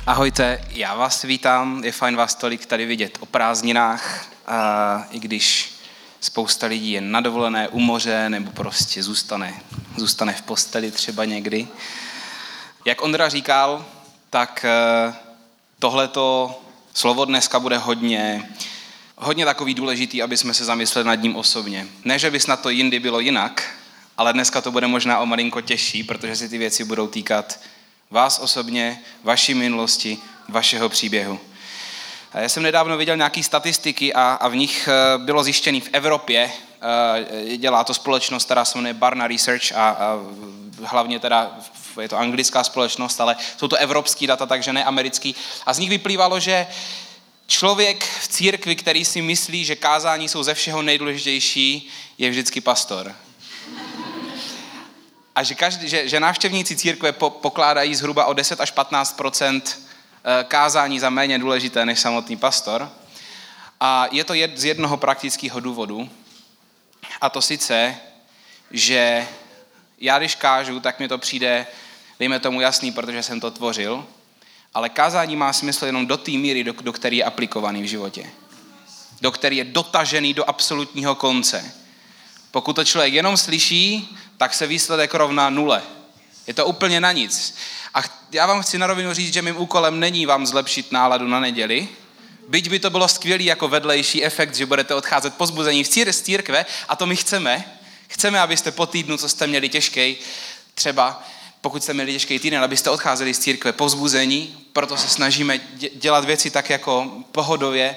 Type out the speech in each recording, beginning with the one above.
Ahojte, já vás vítám, je fajn vás tolik tady vidět o prázdninách, i když spousta lidí je na dovolené u moře nebo prostě zůstane v posteli třeba někdy. Jak Ondra říkal, tak tohleto slovo dneska bude hodně takový důležitý, aby jsme se zamysleli nad ním osobně. Ne, že by snad to jindy bylo jinak, ale dneska to bude možná o malinko těžší, protože si ty věci budou týkat vás osobně, vaší minulosti, vašeho příběhu. Já jsem nedávno viděl nějaké statistiky a v nich bylo zjištěné v Evropě, dělá to společnost, která se jmenuje Barna Research a hlavně teda je to anglická společnost, ale jsou to evropský data, takže ne americký. A z nich vyplývalo, že člověk v církvi, který si myslí, že kázání jsou ze všeho nejdůležitější, je vždycky pastor. A že návštěvníci církve pokládají zhruba o 10 až 15% kázání za méně důležité než samotný pastor. A je to z jednoho praktického důvodu. A to sice, že já když kážu, tak mi to přijde, dejme tomu jasný, protože jsem to tvořil, ale kázání má smysl jenom do té míry, do které je aplikovaný v životě. Do který je dotažený do absolutního konce. Pokud to člověk jenom slyší, tak se výsledek rovná 0. Je to úplně na nic. A já vám chci na rovinu říct, že mým úkolem není vám zlepšit náladu na neděli, byť by to bylo skvělý jako vedlejší efekt, že budete odcházet pozbuzení z církve, a to my chceme. Chceme, abyste po týdnu, co jste měli těžkej, třeba pokud jste měli těžký týden, abyste odcházeli z církve povzbuzení, proto se snažíme dělat věci tak jako pohodově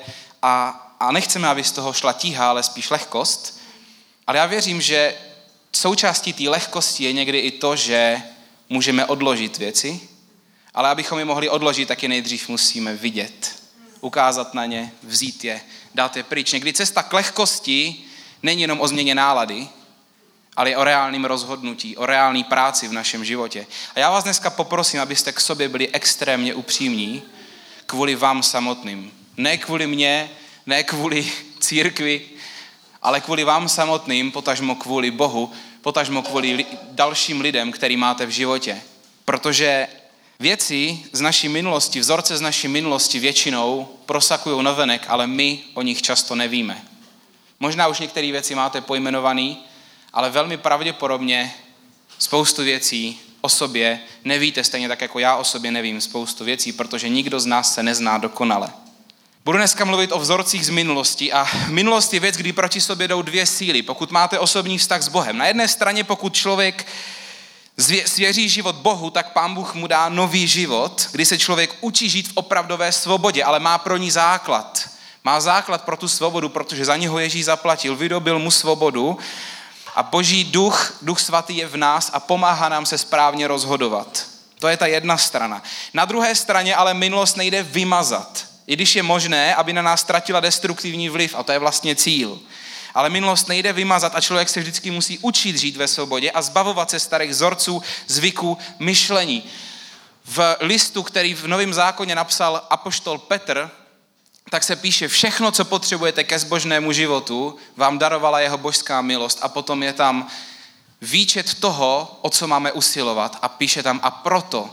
a nechceme, aby z toho šla tíha, ale spíš lehkost. Ale já věřím, že součástí té lehkosti je někdy i to, že můžeme odložit věci, ale abychom je mohli odložit, tak je nejdřív musíme vidět, ukázat na ně, vzít je, dát je pryč. Někdy cesta k lehkosti není jenom o změně nálady, ale i o reálném rozhodnutí, o reálné práci v našem životě. A já vás dneska poprosím, abyste k sobě byli extrémně upřímní kvůli vám samotným. Ne kvůli mně, ne kvůli církvi, ale kvůli vám samotným, potažmo kvůli Bohu, potažmo kvůli dalším lidem, který máte v životě. Protože věci z naší minulosti, vzorce z naší minulosti většinou prosakují navenek, ale my o nich často nevíme. Možná už některé věci máte pojmenovaný, ale velmi pravděpodobně spoustu věcí o sobě nevíte, stejně tak jako já o sobě nevím spoustu věcí, protože nikdo z nás se nezná dokonale. Budu dneska mluvit o vzorcích z minulosti a minulost je věc, kdy proti sobě jdou dvě síly. Pokud máte osobní vztah s Bohem. Na jedné straně, pokud člověk svěří život Bohu, tak Pán Bůh mu dá nový život, kdy se člověk učí žít v opravdové svobodě, ale má pro ní základ. Má základ pro tu svobodu, protože za něho Ježíš zaplatil, vydobil mu svobodu a Boží duch svatý je v nás a pomáhá nám se správně rozhodovat. To je ta jedna strana. Na druhé straně ale minulost nejde vymazat. I když je možné, aby na nás ztratila destruktivní vliv, a to je vlastně cíl. Ale minulost nejde vymazat a člověk se vždycky musí učit žít ve svobodě a zbavovat se starých vzorců, zvyků, myšlení. V listu, který v Novém zákoně napsal apoštol Petr, tak se píše, všechno, co potřebujete ke zbožnému životu, vám darovala jeho božská milost a potom je tam výčet toho, o co máme usilovat a píše tam a proto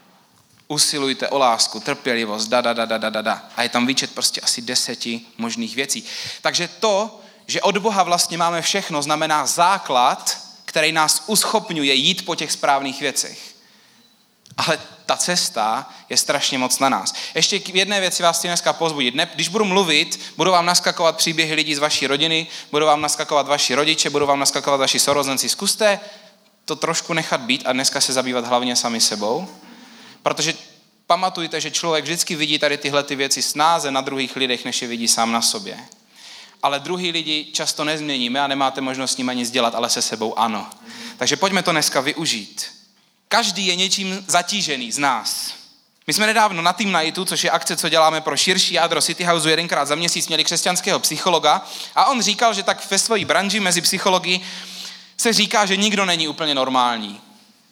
usilujte o lásku, trpělivost, a je tam výčet prostě asi 10 možných věcí. Takže to, že od Boha vlastně máme všechno, znamená základ, který nás uschopňuje jít po těch správných věcech. Ale ta cesta je strašně moc na nás. Ještě k jedné věci vás chci dneska pozbudit. Když budu mluvit, budu vám naskakovat příběhy lidí z vaší rodiny, budu vám naskakovat vaši rodiče, budu vám naskakovat vaši sourozenci. Zkuste to trošku nechat být a dneska se zabývat hlavně sami sebou. Protože pamatujte, že člověk vždycky vidí tady tyhle ty věci snáze na druhých lidech, než je vidí sám na sobě. Ale druhý lidi často nezměníme a nemáte možnost s nimi nic dělat, ale se sebou ano. Takže pojďme to dneska využít. Každý je něčím zatížený z nás. My jsme nedávno na Team Nightu, což je akce, co děláme pro širší jádro City Houseu, jedenkrát za měsíc měli křesťanského psychologa a on říkal, že tak ve své branži mezi psychologi se říká, že nikdo není úplně normální.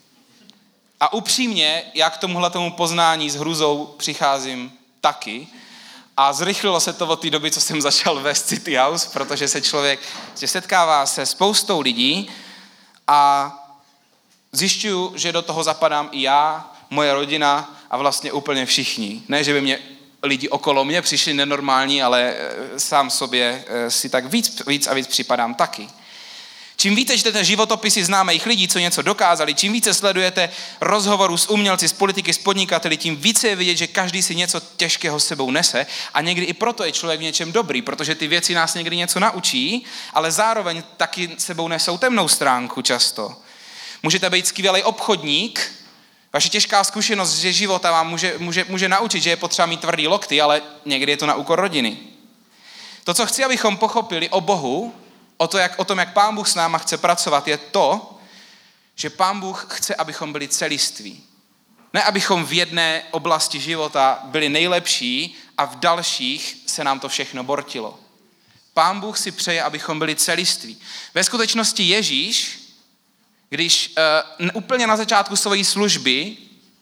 A upřímně, já k tomu poznání s hrůzou přicházím taky. A zrychlilo se to od té doby, co jsem začal vést City House, protože se člověk setkává se spoustou lidí a zjišťuju, že do toho zapadám i já, moje rodina a vlastně úplně všichni. Ne, že by mě lidi okolo mě přišli nenormální, ale sám sobě si tak víc a víc připadám taky. Čím více čtete životopisy známých lidí, co něco dokázali, čím více sledujete rozhovorů s umělci, s politiky, s podnikateli, tím více je vidět, že každý si něco těžkého s sebou nese a někdy i proto je člověk v něčem dobrý, protože ty věci nás někdy něco naučí, ale zároveň taky sebou nesou temnou stránku často. Můžete být skvělý obchodník, vaše těžká zkušenost ze života vám může naučit, že je potřeba mít tvrdý lokty, ale někdy je to na úkor rodiny. To, co chci, abychom pochopili o Bohu, o tom, jak Pán Bůh s náma chce pracovat, je to, že Pán Bůh chce, abychom byli celiství. Ne, abychom v jedné oblasti života byli nejlepší a v dalších se nám to všechno bortilo. Pán Bůh si přeje, abychom byli celiství. Ve skutečnosti Ježíš, když úplně na začátku své služby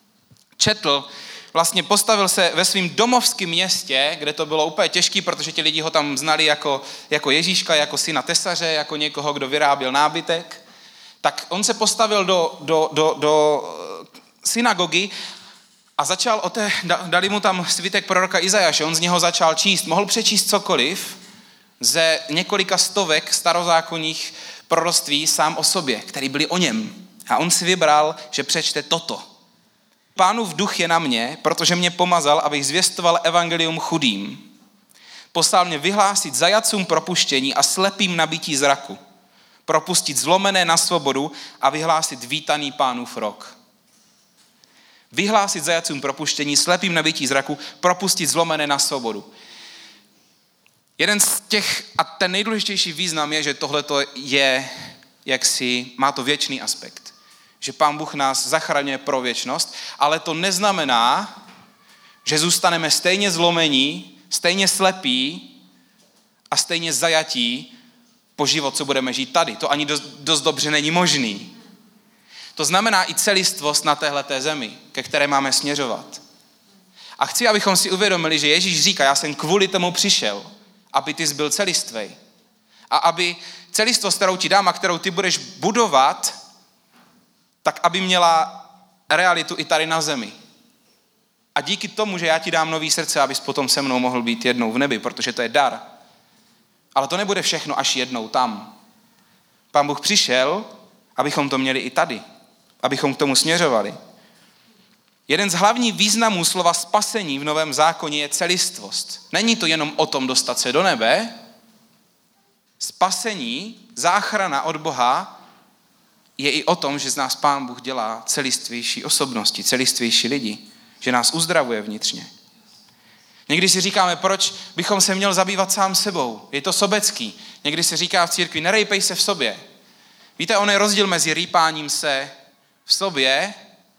vlastně postavil se ve svém domovském městě, kde to bylo úplně těžké, protože ti lidi ho tam znali jako Ježíška, jako syna tesaře, jako někoho, kdo vyráběl nábytek, tak on se postavil do synagogy a dali mu tam svitek proroka Izajáše, on z něho začal číst, mohl přečíst cokoliv ze několika stovek starozákonních proroctví sám o sobě, které byly o něm. A on si vybral, že přečte toto. Pánův duch je na mě, protože mě pomazal, abych zvěstoval evangelium chudým. Poslal mě vyhlásit zajatcům propuštění a slepým nabití zraku. Propustit zlomené na svobodu a vyhlásit vítaný Pánův rok. Vyhlásit zajatcům propuštění, slepým nabití zraku, propustit zlomené na svobodu. Jeden z těch, a ten nejdůležitější význam je, že tohleto je, má to věčný aspekt. Že Pán Bůh nás zachraňuje pro věčnost, ale to neznamená, že zůstaneme stejně zlomení, stejně slepí a stejně zajatí po život, co budeme žít tady. To ani dost dobře není možný. To znamená i celistvost na téhleté zemi, ke které máme směřovat. A chci, abychom si uvědomili, že Ježíš říká, já jsem kvůli tomu přišel, aby ty byl celistvej. A aby celistvost, kterou ti dám a kterou ty budeš budovat, tak aby měla realitu i tady na zemi. A díky tomu, že já ti dám nový srdce, abys potom se mnou mohl být jednou v nebi, protože to je dar. Ale to nebude všechno až jednou tam. Pán Bůh přišel, abychom to měli i tady. Abychom k tomu směřovali. Jeden z hlavních významů slova spasení v Novém zákoně je celistvost. Není to jenom o tom dostat se do nebe. Spasení, záchrana od Boha je i o tom, že z nás Pán Bůh dělá celistvější osobnosti, celistvější lidi. Že nás uzdravuje vnitřně. Někdy si říkáme, proč bychom se měl zabývat sám sebou. Je to sobecký. Někdy se říká v církvi, nerejpej se v sobě. Víte, on je rozdíl mezi rýpáním se v sobě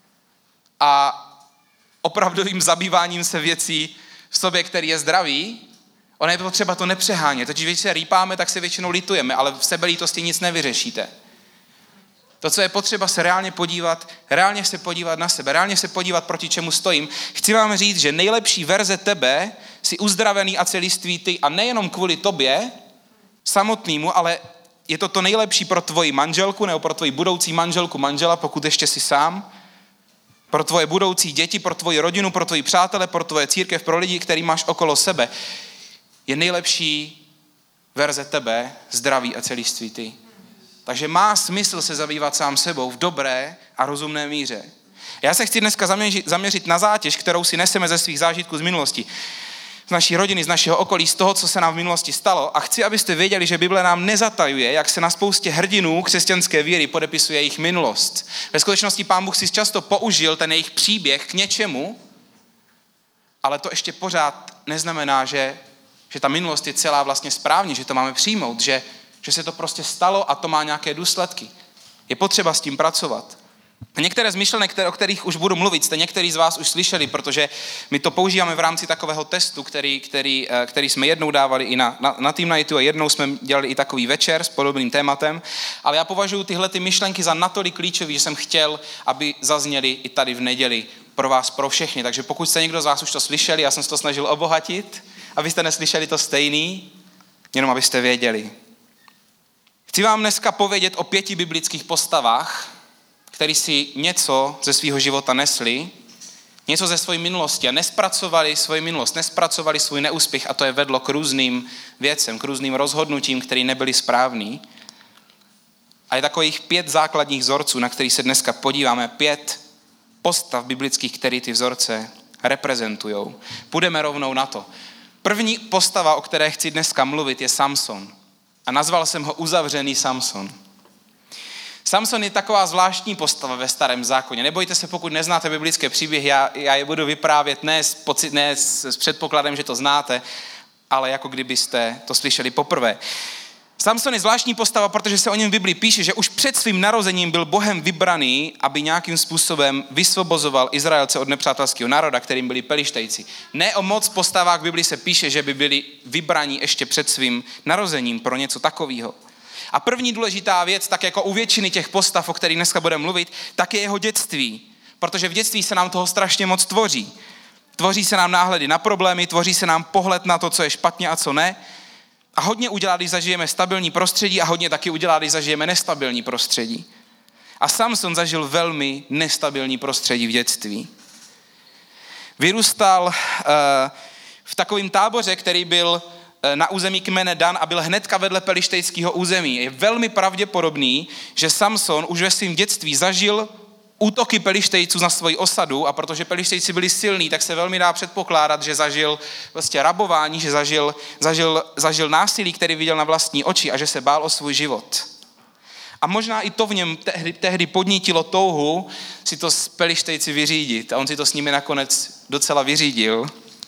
a opravdovým zabýváním se věcí v sobě, který je zdravý. Ono je potřeba to nepřehánět. Totiž když se rýpáme, tak se většinou litujeme, ale v sebelítosti nic nevyřešíte. To, co je potřeba se reálně se podívat na sebe, reálně se podívat, proti čemu stojím. Chci vám říct, že nejlepší verze tebe jsi uzdravený a celistvý ty a nejenom kvůli tobě samotnému, ale je to nejlepší pro tvoji manželku nebo pro tvoji budoucí manželku, manžela, pokud ještě jsi sám, pro tvoje budoucí děti, pro tvoji rodinu, pro tvoji přátele, pro tvoje církev, pro lidi, který máš okolo sebe. Je nejlepší verze tebe zdraví a celistvý ty. Takže má smysl se zabývat sám sebou v dobré a rozumné míře. Já se chci dneska zaměřit na zátěž, kterou si neseme ze svých zážitků z minulosti. Z naší rodiny, z našeho okolí, z toho, co se nám v minulosti stalo. A chci, abyste věděli, že Bible nám nezatajuje, jak se na spoustě hrdinů křesťanské víry podepisuje jejich minulost. Ve skutečnosti Pán Bůh si často použil ten jejich příběh k něčemu, ale to ještě pořád neznamená, že ta minulost je celá vlastně správně, že to máme přijmout, že se to prostě stalo a to má nějaké důsledky. Je potřeba s tím pracovat. Některé z myšlenek, o kterých už budu mluvit, jste některý z vás už slyšeli, protože my to používáme v rámci takového testu, který jsme jednou dávali i na Team Nightu a jednou jsme dělali i takový večer s podobným tématem. Ale já považuji tyhle ty myšlenky za natolik klíčové, že jsem chtěl, aby zazněly i tady v neděli pro vás, pro všechny. Takže pokud jste někdo z vás už to slyšeli, já jsem se to snažil obohatit, abyste neslyšeli to stejný, jenom abyste věděli. Chci vám dneska povědět o 5 biblických postavách, který si něco ze svého života nesli něco ze své minulosti a nespracovali svoji minulost, nespracovali svůj neúspěch a to je vedlo k různým věcem, k různým rozhodnutím, které nebyly správný. A je takových 5 základních vzorců, na který se dneska podíváme, 5 postav biblických, které ty vzorce reprezentujou. Půjdeme rovnou na to. První postava, o které chci dneska mluvit, je Samson. A nazval jsem ho uzavřený Samson. Samson je taková zvláštní postava ve Starém zákoně. Nebojte se, pokud neznáte biblické příběhy, já je budu vyprávět ne s předpokladem, že to znáte, ale jako kdybyste to slyšeli poprvé. Samson je zvláštní postava, protože se o něm v Biblii píše, že už před svým narozením byl Bohem vybraný, aby nějakým způsobem vysvobozoval Izraelce od nepřátelského národa, kterým byli Pelištejci. Ne o moc postavách v Biblii se píše, že by byli vybraní ještě před svým narozením pro něco takového. A první důležitá věc, tak jako u většiny těch postav, o kterých dneska budeme mluvit, tak je jeho dětství. Protože v dětství se nám toho strašně moc tvoří. Tvoří se nám náhledy na problémy, tvoří se nám pohled na to, co je špatně a co ne. A hodně udělá, když zažijeme stabilní prostředí a hodně taky udělá, když zažijeme nestabilní prostředí. A Samson zažil velmi nestabilní prostředí v dětství. Vyrůstal v takovém táboře, který byl na území kmene Dan a byl hnedka vedle pelištejského území. Je velmi pravděpodobný, že Samson už ve svém dětství zažil útoky Pelištejců na svoji osadu a protože Pelištejci byli silní, tak se velmi dá předpokládat, že zažil vlastně rabování, že zažil násilí, který viděl na vlastní oči a že se bál o svůj život. A možná i to v něm tehdy podnítilo touhu si to s Pelištejci vyřídit a on si to s nimi nakonec docela vyřídil.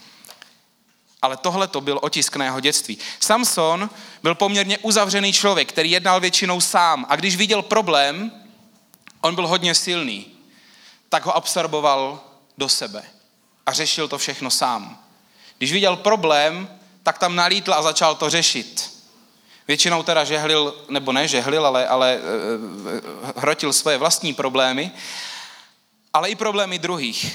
Ale tohle to byl otisk na jeho dětství. Samson byl poměrně uzavřený člověk, který jednal většinou sám a když viděl problém, on byl hodně silný, tak ho absorboval do sebe a řešil to všechno sám. Když viděl problém, tak tam nalítl a začal to řešit. Většinou teda žehlil, nebo ne žehlil, ale hrotil svoje vlastní problémy, ale i problémy druhých.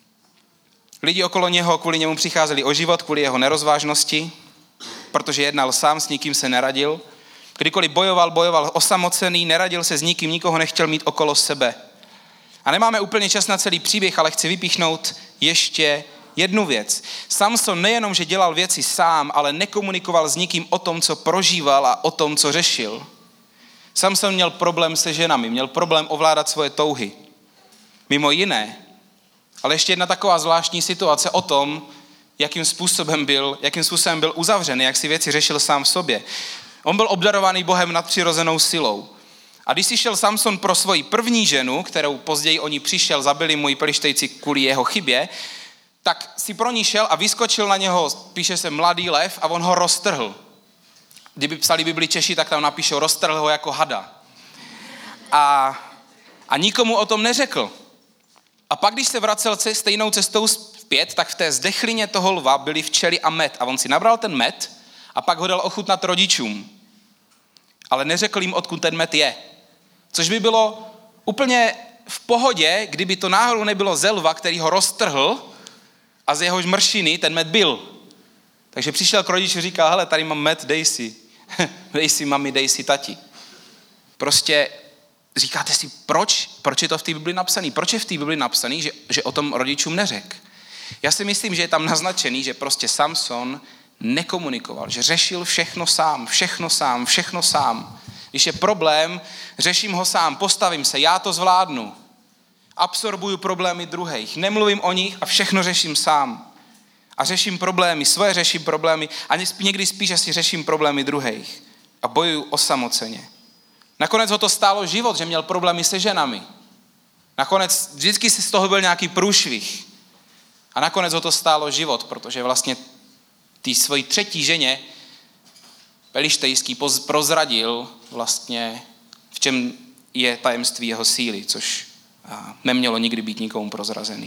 Lidi okolo něho kvůli němu přicházeli o život, kvůli jeho nerozvážnosti, protože jednal sám, s nikým se neradil. Kdykoliv bojoval osamocený, neradil se s nikým, nikoho nechtěl mít okolo sebe. A nemáme úplně čas na celý příběh, ale chci vypíchnout ještě jednu věc. Samson nejenom, že dělal věci sám, ale nekomunikoval s nikým o tom, co prožíval a o tom, co řešil. Samson měl problém se ženami, měl problém ovládat svoje touhy. Mimo jiné, ale ještě jedna taková zvláštní situace o tom, jakým způsobem byl uzavřený, jak si věci řešil sám v sobě. On byl obdarovaný Bohem nadpřirozenou silou. A když si šel Samson pro svoji první ženu, kterou později oni přišel, zabili mu ji Pelištejci kvůli jeho chybě, tak si pro ní šel a vyskočil na něho, píše se mladý lev a on ho roztrhl. Kdyby psali Bibli Češi, tak tam napíšou, roztrhl ho jako hada. A nikomu o tom neřekl. A pak, když se vracel stejnou cestou zpět, tak v té zdechlině toho lva byly včely a med. A on si nabral ten med a pak ho dal ochutnat rodičům. Ale neřekl jim, odkud ten med je. Což by bylo úplně v pohodě, kdyby to náhodou nebylo ze lva, který ho roztrhl a z jehož mršiny ten med byl. Takže přišel k rodiči a říkal, hele, tady mám med, dej si. Dej si mami, dej si tati. Prostě říkáte si, proč je to v té Bibli napsaný? Proč je v té Bibli napsaný, že o tom rodičům neřekl? Já si myslím, že je tam naznačený, že prostě Samson nekomunikoval, že řešil všechno sám. Když je problém, řeším ho sám, postavím se, já to zvládnu. Absorbuju problémy druhých, nemluvím o nich a všechno řeším sám. A řeším problémy, svoje řeším problémy a někdy spíš asi řeším problémy druhých. A bojuju osamoceně. Nakonec ho to stálo život, že měl problémy se ženami. Nakonec vždycky si z toho byl nějaký průšvih. A nakonec ho to stálo život, protože vlastně té svojí třetí ženě Pelištejský prozradil vlastně, v čem je tajemství jeho síly, což nemělo nikdy být nikomu prozrazený.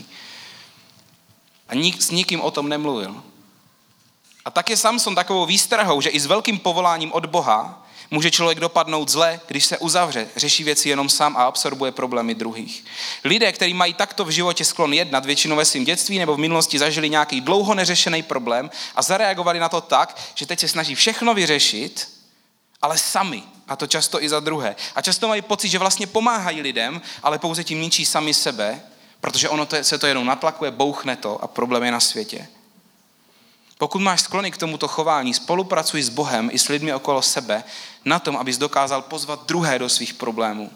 A s nikým o tom nemluvil. A tak je Samson takovou výstrahou, že i s velkým povoláním od Boha může člověk dopadnout zle, když se uzavře, řeší věci jenom sám a absorbuje problémy druhých. Lidé, kteří mají takto v životě sklon jednat, většinou ve svém dětství nebo v minulosti zažili nějaký dlouho neřešený problém a zareagovali na to tak, že teď se snaží všechno vyřešit, ale sami, a to často i za druhé. A často mají pocit, že vlastně pomáhají lidem, ale pouze tím ničí sami sebe, Protože se to jenom natlakuje, bouchne to a problém je na světě. Pokud máš sklony k tomuto chování, spolupracuj s Bohem i s lidmi okolo sebe na tom, abys dokázal pozvat druhé do svých problémů.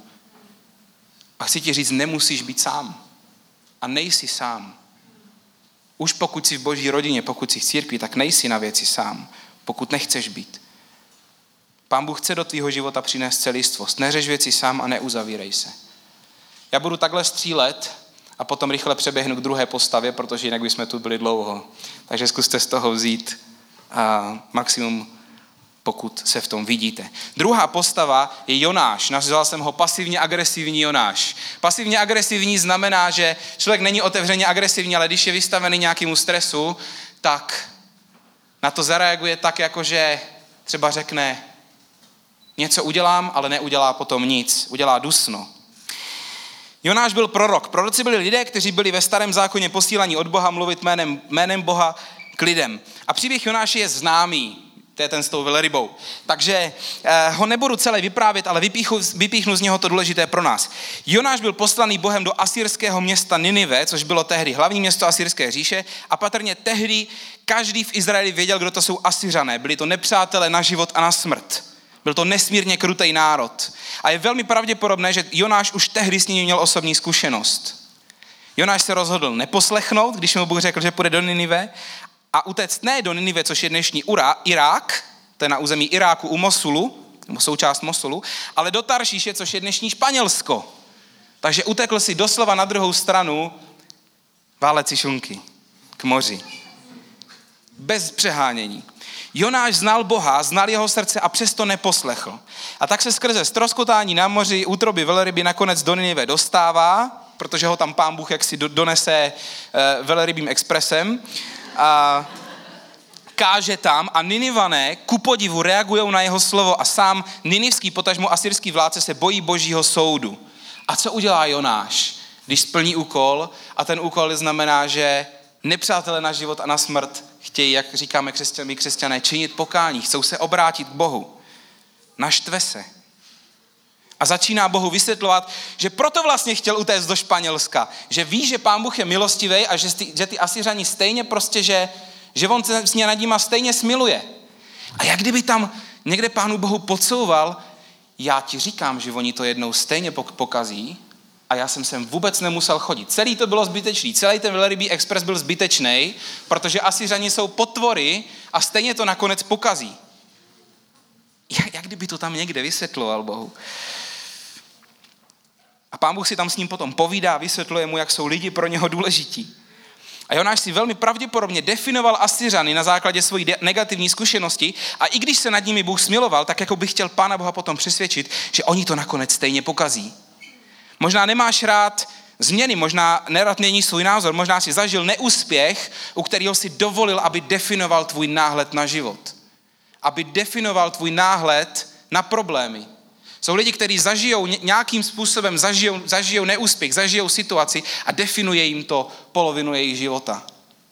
A chci ti říct, nemusíš být sám. A nejsi sám. Už pokud jsi v Boží rodině, pokud jsi v církvi, tak nejsi na věci sám, pokud nechceš být. Pán Bůh chce do tvýho života přinést celistvost. Neřeš věci sám a neuzavírej se. Já budu takhle střílet a potom rychle přeběhnu k druhé postavě, protože jinak bychom tu byli dlouho. Takže zkuste z toho vzít maximum, pokud se v tom vidíte. Druhá postava je Jonáš. Nazval jsem ho pasivně agresivní Jonáš. Pasivně agresivní znamená, že člověk není otevřeně agresivní, ale když je vystavený nějakému stresu, tak na to zareaguje tak, jakože třeba řekne, něco udělám, ale neudělá potom nic. Udělá dusno. Jonáš byl prorok. Proroci byli lidé, kteří byli ve starém zákoně posílaní od Boha mluvit jménem Boha k lidem. A příběh Jonáše je známý. To je ten s tou velrybou. Takže ho nebudu celé vyprávět, ale vypíchnu z něho to důležité pro nás. Jonáš byl poslaný Bohem do asyrského města Ninive, což bylo tehdy hlavní město asyrské říše, a patrně tehdy každý v Izraeli věděl, kdo to jsou Asyřané. Byli to nepřátelé na život a na smrt. Byl to nesmírně krutý národ. A je velmi pravděpodobné, že Jonáš už tehdy s ním měl osobní zkušenost. Jonáš se rozhodl neposlechnout, když mu Bůh řekl, že půjde do Ninive, a utéct ne do Ninive, což je dnešní Irák, to je na území Iráku u Mosulu, nebo součást Mosulu, ale do Taršíše, což je dnešní Španělsko. Takže utekl si doslova na druhou stranu váleci šunky k moři. Bez přehánění. Jonáš znal Boha, znal jeho srdce a přesto neposlechl. A tak se skrze ztroskotání na moři útroby velryby nakonec do Ninive dostává, protože ho tam Pán Bůh jaksi donese velrybým expresem. A káže tam a Ninivané ku podivu reagují na jeho slovo a sám ninivský potažmo asyrský vládce se bojí Božího soudu. A co udělá Jonáš, když splní úkol? A ten úkol znamená, že nepřátelé na život a na smrt chtějí, jak říkáme křesťané, činit pokání, chcou se obrátit k Bohu. Naštve se. A začíná Bohu vysvětlovat, že proto vlastně chtěl utéct do Španělska. Že ví, že Pán Bůh je milostivý a že ty Asyřani stejně prostě, že on se s ně nad nima stejně smiluje. A jak kdyby tam někde Pánu Bohu podsouval, já ti říkám, že oni to jednou stejně pokazí a já jsem sem vůbec nemusel chodit. Celý to bylo zbytečný. Celý ten velrybý expres byl zbytečný, protože Asyřani jsou potvory a stejně to nakonec pokazí. Jak kdyby to tam někde vysvětloval Bohu. A Pán Bůh si tam s ním potom povídá, vysvětluje mu, jak jsou lidi pro něho důležití. A Jonáš si velmi pravděpodobně definoval Asyřany na základě svojí negativní zkušenosti a i když se nad nimi Bůh smiloval, tak jako by chtěl Pána Boha potom přesvědčit, že oni to nakonec stejně pokazí. Možná nemáš rád změny, možná nerad měníš svůj názor, možná si zažil neúspěch, u kterého si dovolil, aby definoval tvůj náhled na život. Aby definoval tvůj náhled na problémy. Jsou lidi, kteří zažijou nějakým způsobem, zažijou neúspěch, zažijou situaci a definuje jim to polovinu jejich života.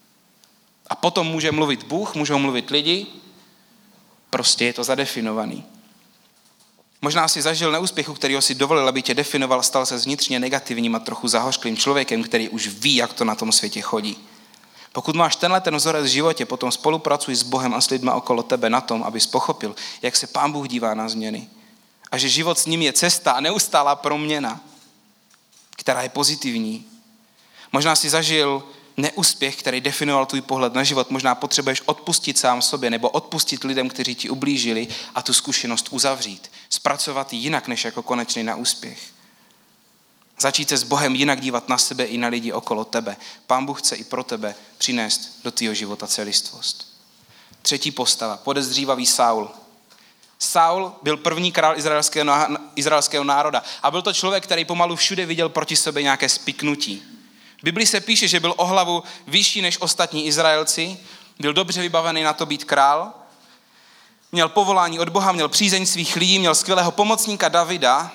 A potom může mluvit Bůh, můžou mluvit lidi, prostě je to zadefinovaný. Možná si zažil neúspěchu, kterýho si dovolil, aby tě definoval, stal se vnitřně negativním a trochu zahořklým člověkem, který už ví, jak to na tom světě chodí. Pokud máš tenhle vzorec v životě, potom spolupracuj s Bohem a s lidma okolo tebe na tom, abys pochopil, jak se Pán Bůh dívá na změny. A že život s ním je cesta a neustálá proměna, která je pozitivní. Možná si zažil neúspěch, který definoval tvůj pohled na život. Možná potřebuješ odpustit sám sobě nebo odpustit lidem, kteří ti ublížili a tu zkušenost uzavřít. Zpracovat ji jinak, než jako konečný na úspěch. Začít se s Bohem jinak dívat na sebe i na lidi okolo tebe. Pán Bůh chce i pro tebe přinést do tvýho života celistvost. Třetí postava, podezřívavý Saul. Saul byl první král izraelského národa a byl to člověk, který pomalu všude viděl proti sobě nějaké spiknutí. V Biblii se píše, že byl o hlavu vyšší než ostatní Izraelci, byl dobře vybavený na to být král, měl povolání od Boha, měl přízeň svých lidí, měl skvělého pomocníka Davida,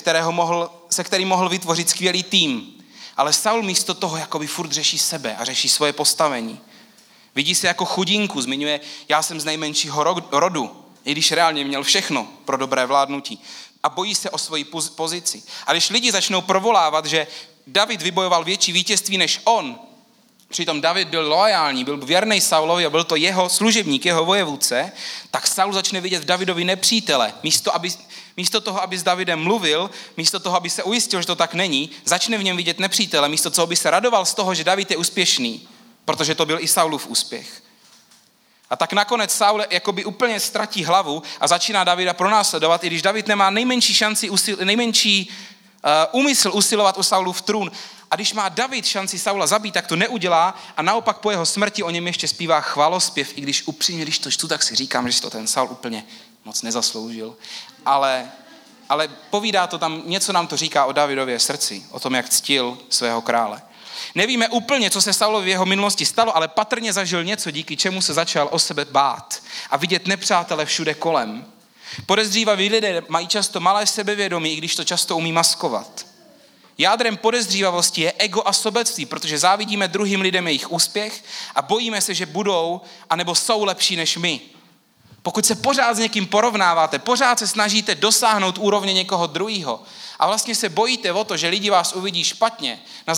se kterým mohl vytvořit skvělý tým. Ale Saul místo toho jakoby furt řeší sebe a řeší svoje postavení. Vidí se jako chudinku, zmiňuje, já jsem z nejmenšího rodu, i když reálně měl všechno pro dobré vládnutí. A bojí se o svoji pozici. A když lidi začnou provolávat, že David vybojoval větší vítězství než on. Přitom David byl loajální, byl věrný Saulovi a byl to jeho služebník, jeho vojevůdce, tak Saul začne vidět v Davidovi nepřítele. Místo toho, aby s Davidem mluvil, místo toho, aby se ujistil, že to tak není, začne v něm vidět nepřítele, místo toho, aby se radoval z toho, že David je úspěšný, protože to byl i Saulův úspěch. A tak nakonec Saul jakoby úplně ztratí hlavu a začíná Davida pronásledovat, i když David nemá nejmenší úmysl usilovat o Saulův trůn. A když má David šanci Saula zabít, tak to neudělá a naopak po jeho smrti o něm ještě zpívá chvalospěv, i když upřímně, když to čtu, tak si říkám, že si to ten Saul úplně moc nezasloužil. Ale povídá to tam, něco nám to říká o Davidově srdci, o tom, jak ctil svého krále. Nevíme úplně, co se Saulovi v jeho minulosti stalo, ale patrně zažil něco, díky čemu se začal o sebe bát a vidět nepřátele všude kolem. Podezřívaví lidé mají často malé sebevědomí, i když to často umí maskovat. Jádrem podezřívavosti je ego a sobectví, protože závidíme druhým lidem jejich úspěch a bojíme se, že budou anebo jsou lepší než my. Pokud se pořád s někým porovnáváte, pořád se snažíte dosáhnout úrovně někoho druhého a vlastně se bojíte o to, že lidi vás uvidí špatně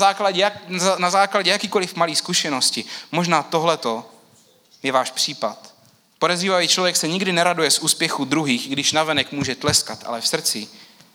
na základě jakýkoliv malý zkušenosti, možná tohleto je váš případ. Podezřívavý člověk se nikdy neraduje z úspěchu druhých, když navenek může tleskat, ale v srdci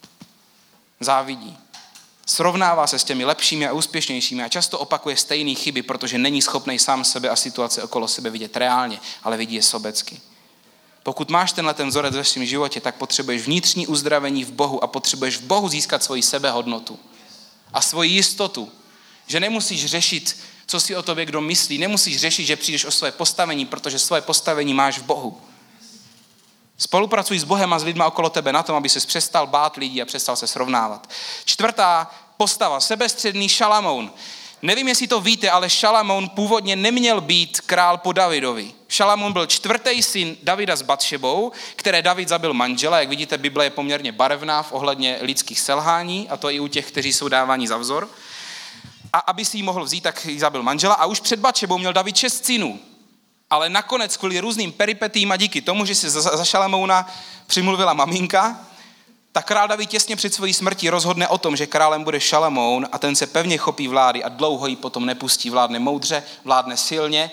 závidí. Srovnává se s těmi lepšími a úspěšnějšími a často opakuje stejné chyby, protože není schopný sám sebe a situace okolo sebe vidět reálně, ale vidí je sobecky. Pokud máš tenhle ten vzorec ve svém životě, tak potřebuješ vnitřní uzdravení v Bohu a potřebuješ v Bohu získat svoji sebehodnotu a svoji jistotu, že nemusíš řešit, co si o tobě kdo myslí, nemusíš řešit, že přijdeš o své postavení, protože svoje postavení máš v Bohu. Spolupracuj s Bohem a s lidmi okolo tebe na tom, aby ses přestal bát lidí a přestal se srovnávat. 4. postava, sebestředný Šalamoun. Nevím, jestli to víte, ale Šalamoun původně neměl být král po Davidovi. Šalamoun byl 4. syn Davida s Batšebou, které David zabil manžela. Jak vidíte, Bible je poměrně barevná v ohledně lidských selhání, a to i u těch, kteří jsou dáváni za vzor. A aby si ji mohl vzít, tak ji zabil manžela. A už před Batšebou měl David 6 synů. Ale nakonec kvůli různým peripetím a díky tomu, že si za Šalamouna přimluvila maminka, tak král David těsně před svojí smrtí rozhodne o tom, že králem bude Šalamoun a ten se pevně chopí vlády a dlouho ji potom nepustí. Vládne moudře, vládne silně,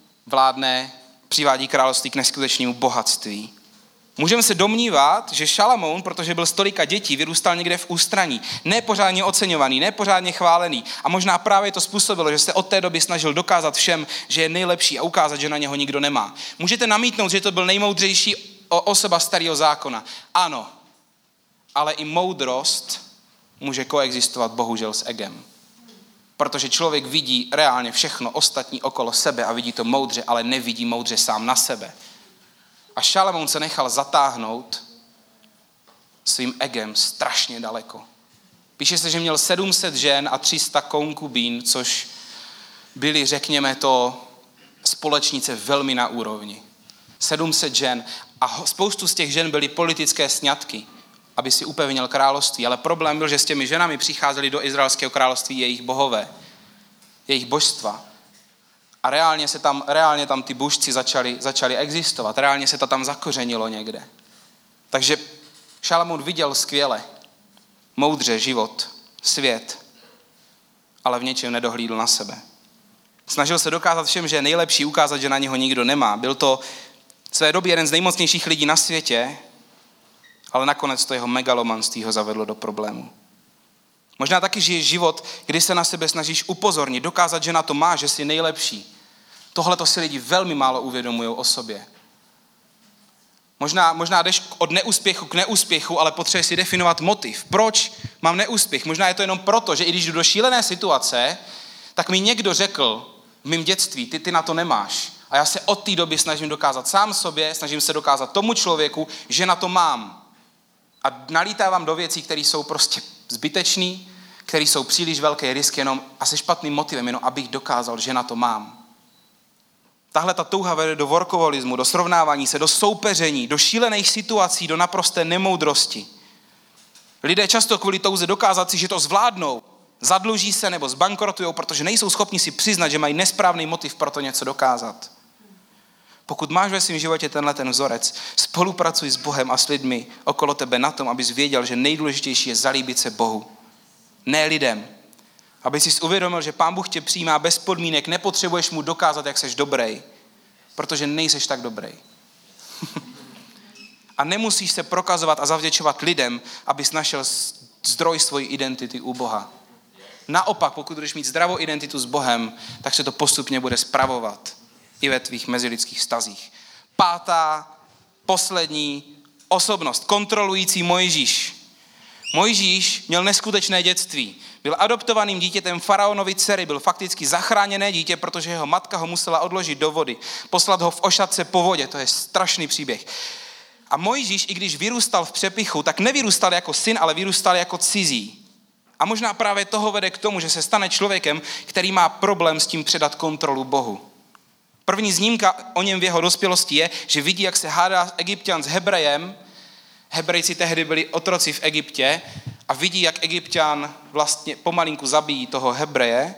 přivádí království k neskutečnému bohatství. Můžeme se domnívat, že Šalamoun, protože byl z tolika dětí, vyrůstal někde v ústraní, nepořádně oceňovaný, nepořádně chválený a možná právě to způsobilo, že se od té doby snažil dokázat všem, že je nejlepší a ukázat, že na něho nikdo nemá. Můžete namítnout, že to byl nejmoudřejší osoba starého zákona. Ano, ale i moudrost může koexistovat bohužel s egem. Protože člověk vidí reálně všechno ostatní okolo sebe a vidí to moudře, ale nevidí moudře sám na sebe. A Šalamoun se nechal zatáhnout svým egem strašně daleko. Píše se, že měl 700 žen a 300 konkubín, což byly, řekněme to, společnice velmi na úrovni. 700 žen a spoustu z těch žen byly politické sňatky, aby si upevnil království. Ale problém byl, že s těmi ženami přicházeli do izraelského království jejich bohové, jejich božstva. A reálně tam ty božci začali existovat. Reálně se to tam zakořenilo někde. Takže Šalamoun viděl skvěle, moudře život, svět, ale v něčem nedohlídl na sebe. Snažil se dokázat všem, že je nejlepší, ukázat, že na něho nikdo nemá. Byl to v své době jeden z nejmocnějších lidí na světě, ale nakonec to jeho megalomanství ho zavedlo do problému. Možná taky žiješ život, kdy se na sebe snažíš upozornit, dokázat, že na to máš, že jsi nejlepší. Tohle to si lidi velmi málo uvědomují o sobě. Možná jdeš od neúspěchu k neúspěchu, ale potřebuješ si definovat motiv. Proč mám neúspěch? Možná je to jenom proto, že i když jdu do šílené situace, tak mi někdo řekl v mém dětství, ty na to nemáš. A já se od té doby snažím dokázat sám sobě, snažím se dokázat tomu člověku, že na to mám. A nalítávám do věcí, které jsou prostě zbytečný, které jsou příliš velké risk jenom a se špatným motivem, jenom abych dokázal, že na to mám. Tahle ta touha vede do workoholismu, do srovnávání se, do soupeření, do šílených situací, do naprosté nemoudrosti. Lidé často kvůli touze dokázat si, že to zvládnou, zadluží se nebo zbankrotujou, protože nejsou schopni si přiznat, že mají nesprávný motiv pro to něco dokázat. Pokud máš ve svém životě ten vzorec, spolupracuj s Bohem a s lidmi okolo tebe na tom, abys věděl, že nejdůležitější je zalíbit se Bohu. Ne lidem. Aby jsi uvědomil, že Pán Bůh tě přijímá bez podmínek, nepotřebuješ mu dokázat, jak seš dobrý, protože nejseš tak dobrý. A nemusíš se prokazovat a zavděčovat lidem, abys našel zdroj svojí identity u Boha. Naopak, pokud budeš mít zdravou identitu s Bohem, tak se to postupně bude spravovat i ve tvých mezilidských vztazích. 5. poslední osobnost, kontrolující Mojžíš. Mojžíš měl neskutečné dětství. Byl adoptovaným dítětem faraonovy dcery, byl fakticky zachráněné dítě, protože jeho matka ho musela odložit do vody, poslat ho v ošatce po vodě, to je strašný příběh. A Mojžíš, i když vyrůstal v přepichu, tak nevyrůstal jako syn, ale vyrůstal jako cizí. A možná právě toho vede k tomu, že se stane člověkem, který má problém s tím předat kontrolu Bohu. První zmínka o něm v jeho dospělosti je, že vidí, jak se hádá Egypťan s Hebrejem. Hebrejci tehdy byli otroci v Egyptě a vidí, jak Egypťan vlastně pomalinku zabíjí toho Hebreje.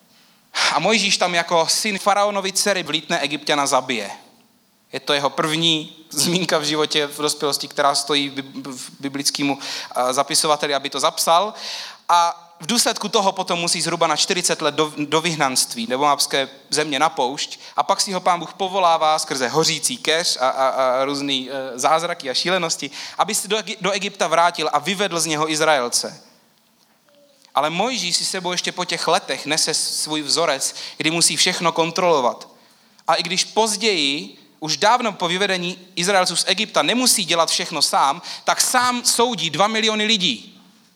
A Mojžíš tam jako syn faraonovy dcery vlítne Egypťana zabije. Je to jeho první zmínka v životě v dospělosti, která stojí v biblickému zapisovateli, aby to zapsal. A v důsledku toho potom musí zhruba na 40 let do vyhnanství, do moabské země na poušť. A pak si ho Pán Bůh povolává skrze hořící keř a různý zázraky a šílenosti, aby se do Egypta vrátil a vyvedl z něho Izraelce. Ale Mojžíš si sebou ještě po těch letech nese svůj vzorec, kdy musí všechno kontrolovat. A i když později, už dávno po vyvedení Izraelců z Egypta nemusí dělat všechno sám, tak sám soudí 2 miliony lidí.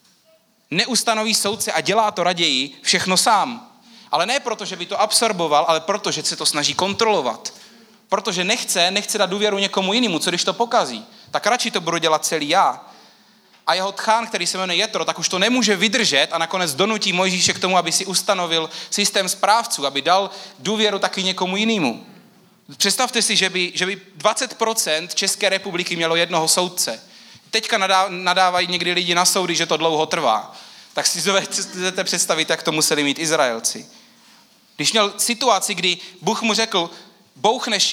Neustanoví soudce a dělá to raději všechno sám. Ale ne proto, že by to absorboval, ale proto, že se to snaží kontrolovat. Protože nechce dát důvěru někomu jinému, co když to pokazí. Tak radši to budu dělat celý já. A jeho tchán, který se jmenuje Jetro, tak už to nemůže vydržet a nakonec donutí Mojžíše k tomu, aby si ustanovil systém správců, aby dal důvěru taky někomu jinému. Představte si, že by 20% České republiky mělo jednoho soudce. Teďka nadávají někdy lidi na soudy, že to dlouho trvá. Tak si dovedete představit, jak to museli mít Izraelci. Když měl situaci, kdy Bůh mu řekl, bouchneš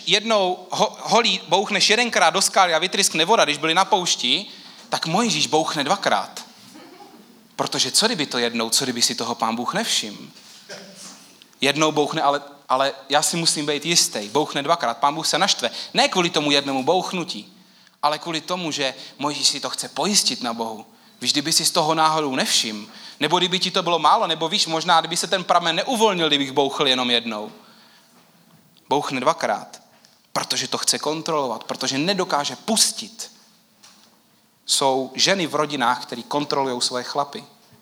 jedenkrát do skály a vytryskne voda, když byli na poušti, tak Mojžíš bouchne 2krát. Protože co kdyby to jednou, co kdyby si toho Pán Bůh nevšiml? Jednou bouchne, ale já si musím být jistý. Bouchne 2krát, Pán Bůh se naštve. Ne kvůli tomu jednomu bouchnutí, ale kvůli tomu, že Mojžíš si to chce pojistit na Bohu. Víš, kdyby si z toho náhodou nevšiml, nebo kdyby ti to bylo málo, nebo víš, možná, kdyby se ten pramen neuvolnil, kdybych bouchl jenom jednou. Bouchne 2krát, protože to chce kontrolovat, protože nedokáže pustit. Jsou ženy v rodinách, které kontrolují svoje chlapy.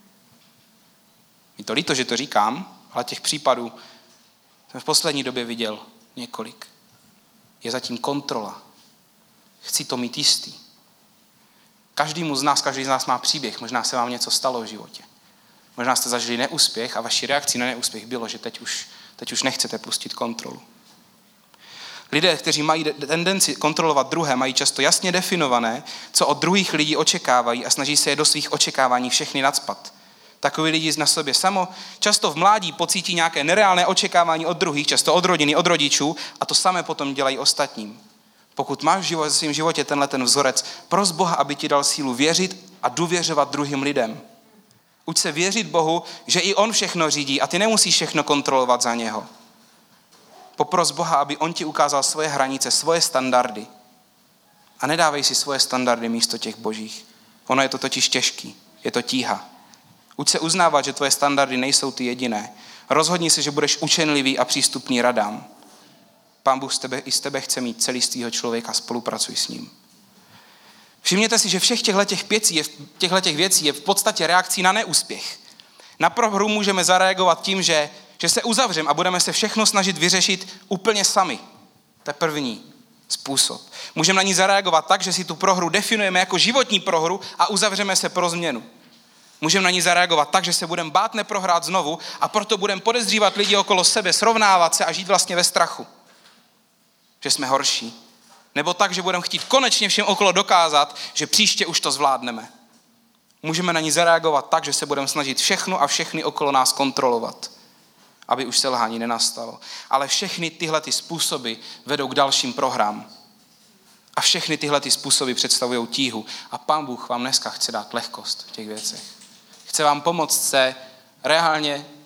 Je to líto, že to říkám, ale těch případů jsem v poslední době viděl několik. Je zatím kontrola. Chci to mít jistý. Každý z nás má příběh. Možná se vám něco stalo v životě. Možná jste zažili neúspěch a vaší reakcí na neúspěch bylo, že teď už nechcete pustit kontrolu. Lidé, kteří mají tendenci kontrolovat druhé, mají často jasně definované, co od druhých lidí očekávají a snaží se je do svých očekávání všechny nacpat. Takoví lidi na sobě často v mládí pocítí nějaké nereálné očekávání od druhých, často od rodiny, od rodičů a to samé potom dělají ostatním. Pokud máš v svém životě ten vzorec, pros Boha, aby ti dal sílu věřit a důvěřovat druhým lidem. Uč se věřit Bohu, že i on všechno řídí a ty nemusíš všechno kontrolovat za něho. Popros Boha, aby on ti ukázal svoje hranice, svoje standardy. A nedávej si svoje standardy místo těch božích. Ono je to totiž těžký, je to tíha. Uč se uznávat, že tvoje standardy nejsou ty jediné. Rozhodni se, že budeš učenlivý a přístupný radám. Pán Bůh z tebe chce mít celistvýho člověka, spolupracuj s ním. Všimněte si, že všech těchto věcí je v podstatě reakcí na neúspěch. Na prohru můžeme zareagovat tím, že se uzavřeme a budeme se všechno snažit vyřešit úplně sami. To je první způsob. Můžeme na ní zareagovat tak, že si tu prohru definujeme jako životní prohru a uzavřeme se pro změnu. Můžeme na ní zareagovat tak, že se budeme bát neprohrát znovu a proto budeme podezřívat lidi okolo sebe, srovnávat se a žít vlastně ve strachu, že jsme horší. Nebo tak, že budeme chtít konečně všem okolo dokázat, že příště už to zvládneme. Můžeme na ní zareagovat tak, že se budeme snažit všechno a všechny okolo nás kontrolovat, aby už selhání nenastalo. Ale všechny tyhle způsoby vedou k dalším prohrám. A všechny tyhle způsoby představují tíhu. A Pán Bůh vám dneska chce dát lehkost v těch věcech. Chce vám pomoct se reálně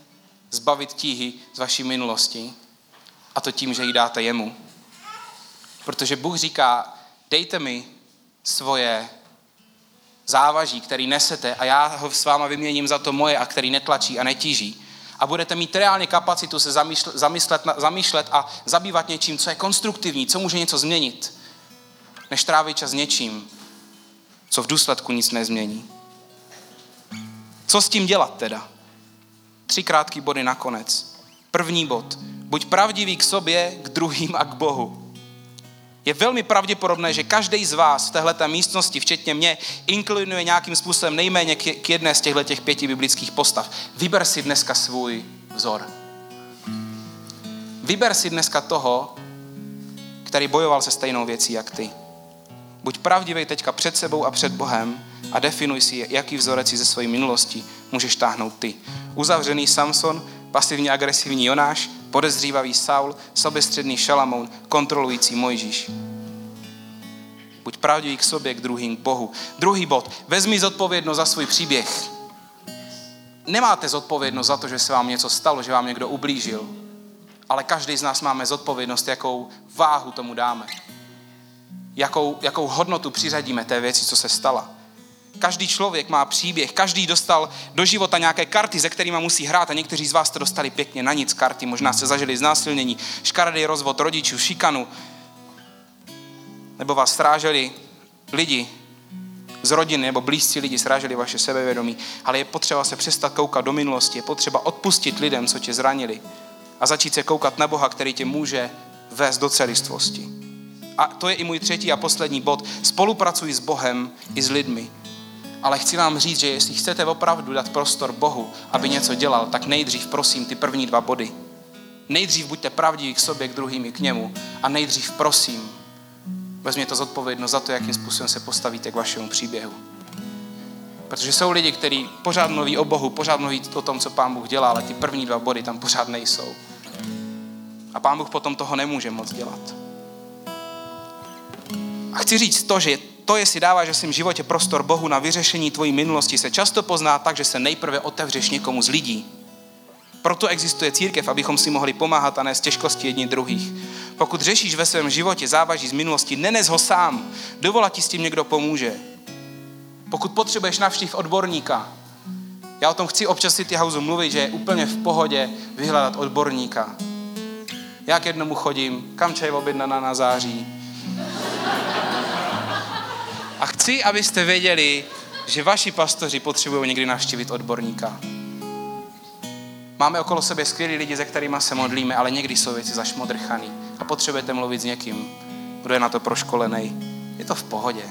zbavit tíhy z vaší minulosti, a to tím, že ji dáte jemu. Protože Bůh říká, dejte mi svoje závaží, který nesete a já ho s váma vyměním za to moje a který netlačí a netíží. A budete mít reálně kapacitu se zamýšlet a zabývat něčím, co je konstruktivní, co může něco změnit, než trávit čas něčím, co v důsledku nic nezmění. Co s tím dělat teda? 3 krátké body nakonec. První bod. Buď pravdivý k sobě, k druhým a k Bohu. Je velmi pravděpodobné, že každý z vás v téhleté místnosti, včetně mě, inklinuje nějakým způsobem nejméně k jedné z těchto 5 biblických postav. Vyber si dneska svůj vzor. Vyber si dneska toho, který bojoval se stejnou věcí jak ty. Buď pravdivý teďka před sebou a před Bohem a definuj si, jaký vzorec si ze své minulosti můžeš táhnout ty. Uzavřený Samson, pasivně agresivní Jonáš, podezřívavý Saul, soběstředný Šalamoun, kontrolující Mojžíš. Buď pravdivý k sobě, k druhým, k Bohu. Druhý bod. Vezmi zodpovědnost za svůj příběh. Nemáte zodpovědnost za to, že se vám něco stalo, že vám někdo ublížil. Ale každý z nás máme zodpovědnost, jakou váhu tomu dáme. Jakou hodnotu přiřadíme té věci, co se stala. Každý člověk má příběh, každý dostal do života nějaké karty, se kterými musí hrát a někteří z vás jste dostali pěkně na nic karty, možná jste zažili znásilnění, škaredý rozvod rodičů, šikanu, nebo vás sráželi lidi z rodiny nebo blízcí lidi, sráželi vaše sebevědomí, ale je potřeba se přestat koukat do minulosti, je potřeba odpustit lidem, co tě zranili a začít se koukat na Boha, který tě může vést do celistvosti. A to je i můj 3. a poslední bod. Spolupracuj s Bohem i s lidmi. Ale chci vám říct, že jestli chcete opravdu dát prostor Bohu, aby něco dělal, tak nejdřív prosím ty první 2 body. Nejdřív buďte pravdiví k sobě, k druhým i k němu. A nejdřív prosím, vezměte zodpovědnost za to, jakým způsobem se postavíte k vašemu příběhu. Protože jsou lidi, kteří pořád mluví o Bohu, pořád mluví o tom, co Pán Bůh dělá, ale ty první 2 body tam pořád nejsou. A Pán Bůh potom toho nemůže moc dělat. A chci říct to, že to, jestli dáváš ve svém životě prostor Bohu na vyřešení tvojí minulosti, se často pozná tak, že se nejprve otevřeš někomu z lidí. Proto existuje církev, abychom si mohli pomáhat a nést těžkosti jedni druhých. Pokud řešíš ve svém životě závaží z minulosti, nenes ho sám. Dovolat ti s tím někdo pomůže. Pokud potřebuješ navštívit odborníka, já o tom chci občas City Houseu mluvit, že je úplně v pohodě vyhledat odborníka. Já k jednomu chodím, kam čaj objednaná na září. A chci, abyste věděli, že vaši pastoři potřebují někdy navštívit odborníka. Máme okolo sebe skvělí lidi, se kterými se modlíme, ale někdy jsou věci zašmodrchaný a potřebujete mluvit s někým, kdo je na to proškolený. Je to v pohodě.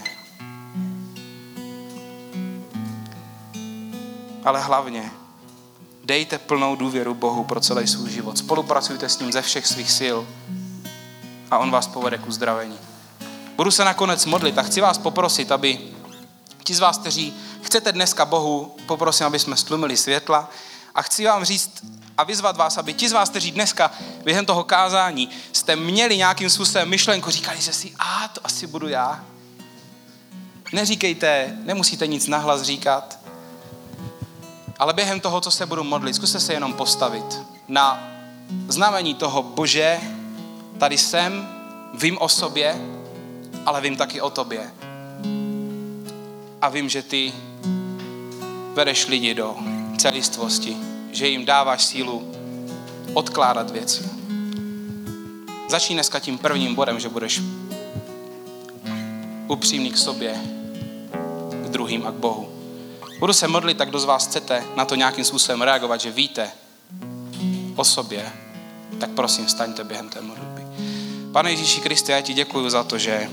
Ale hlavně dejte plnou důvěru Bohu pro celý svůj život. Spolupracujte s ním ze všech svých sil a on vás povede k uzdravení. Budu se nakonec modlit a chci vás poprosit, aby ti z vás, kteří chcete dneska Bohu, poprosím, aby jsme stlumili světla a chci vám říct a vyzvat vás, aby ti z vás, kteří dneska během toho kázání jste měli nějakým způsobem myšlenku, říkali jste si, to asi budu já. Neříkejte, nemusíte nic nahlas říkat, ale během toho, co se budu modlit, zkuste se jenom postavit na znamení toho, Bože, tady jsem, vím o sobě, ale vím taky o tobě. A vím, že ty vedeš lidi do celistvosti, že jim dáváš sílu odkládat věci. Začni dneska tím prvním bodem, že budeš upřímný k sobě, k druhým a k Bohu. Budu se modlit, tak kdo z vás chcete na to nějakým způsobem reagovat, že víte o sobě, tak prosím, vstaňte během té modlitby. Pane Ježíši Kriste, já ti děkuju za to, že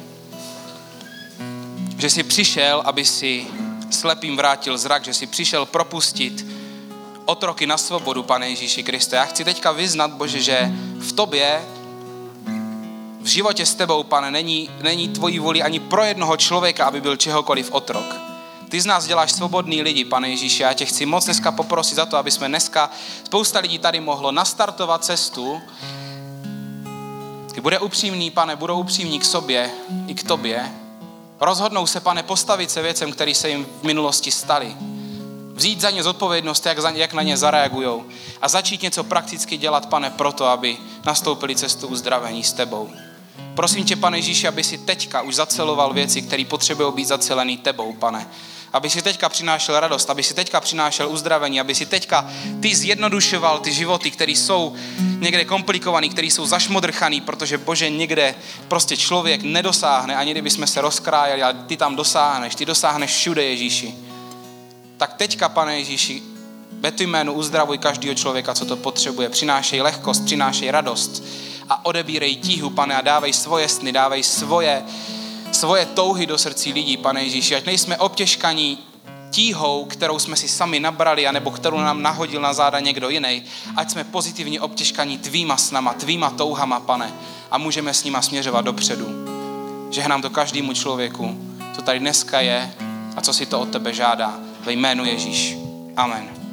jsi přišel, aby si slepým vrátil zrak, že jsi přišel propustit otroky na svobodu, Pane Ježíši Kriste. Já chci teďka vyznat, Bože, že v tobě, v životě s tebou, Pane, není tvojí vůli ani pro jednoho člověka, aby byl čehokoliv otrok. Ty z nás děláš svobodný lidi, Pane Ježíši. Já tě chci moc dneska poprosit za to, aby jsme dneska, spousta lidí tady mohlo nastartovat cestu, kdy bude upřímný, Pane, budou upřímní k sobě i k tobě. Rozhodnou se, Pane, postavit se věcem, které se jim v minulosti staly. Vzít za ně zodpovědnost, jak na ně zareagujou a začít něco prakticky dělat, Pane, proto, aby nastoupili cestu uzdravení s tebou. Prosím tě, Pane Ježíši, aby si teďka už zaceloval věci, které potřebují být zacelený tebou, Pane. Aby si teďka přinášel radost, aby si teďka přinášel uzdravení, aby si teďka ty zjednodušoval ty životy, které jsou někde komplikované, které jsou zašmodrchané, protože Bože, někde prostě člověk nedosáhne, ani kdyby jsme se rozkrájeli, ale ty tam dosáhneš, ty dosáhneš všude, Ježíši. Tak teďka, Pane Ježíši, ve tvým jménu uzdravuj každého člověka, co to potřebuje. Přinášej lehkost, přinášej radost a odebírej tíhu, Pane, a dávej svoje sny, dávej svoje touhy do srdcí lidí, Pane Ježíši. Ať nejsme obtěžkaní tíhou, kterou jsme si sami nabrali, anebo kterou nám nahodil na záda někdo jiný. Ať jsme pozitivně obtěžkaní tvýma snama, tvýma touhama, Pane, a můžeme s nima směřovat dopředu. Žehnám to každému člověku, co tady dneska je a co si to od tebe žádá. Ve jménu Ježíš. Amen.